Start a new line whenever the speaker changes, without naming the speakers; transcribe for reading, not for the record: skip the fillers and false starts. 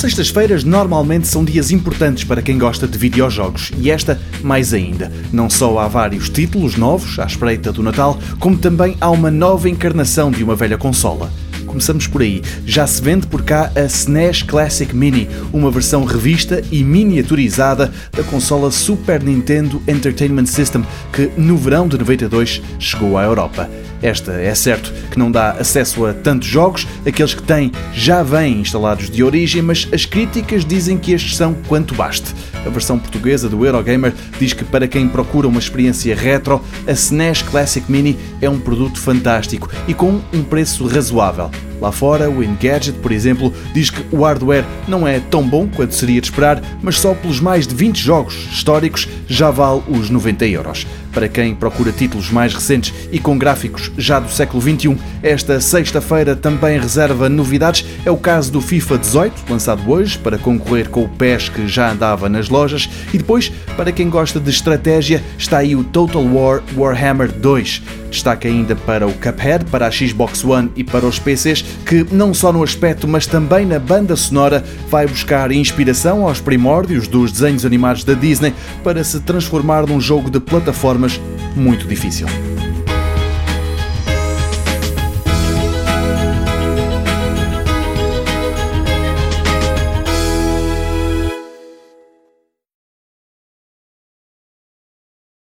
sextas-feiras normalmente são dias importantes para quem gosta de videojogos e esta mais ainda. Não só há vários títulos novos à espreita do Natal, como também há uma nova encarnação de uma velha consola. Começamos por aí. Já se vende por cá a SNES Classic Mini, uma versão revista e miniaturizada da consola Super Nintendo Entertainment System, que no verão de 92 chegou à Europa. Esta é certo que não dá acesso a tantos jogos, aqueles que têm já vêm instalados de origem, mas as críticas dizem que estes são quanto baste. A versão portuguesa do Eurogamer diz que para quem procura uma experiência retro, a SNES Classic Mini é um produto fantástico e com um preço razoável. Lá fora, o Engadget, por exemplo, diz que o hardware não é tão bom quanto seria de esperar, mas só pelos mais de 20 jogos históricos já vale os 90€. Para quem procura títulos mais recentes e com gráficos já do século XXI, esta sexta-feira também reserva novidades. É o caso do FIFA 18, lançado hoje para concorrer com o PES que já andava nas lojas. E depois, para quem gosta de estratégia, está aí o Total War Warhammer 2. Destaque ainda para o Cuphead, para a Xbox One e para os PCs, que não só no aspecto, mas também na banda sonora, vai buscar inspiração aos primórdios dos desenhos animados da Disney para se transformar num jogo de plataformas muito difícil.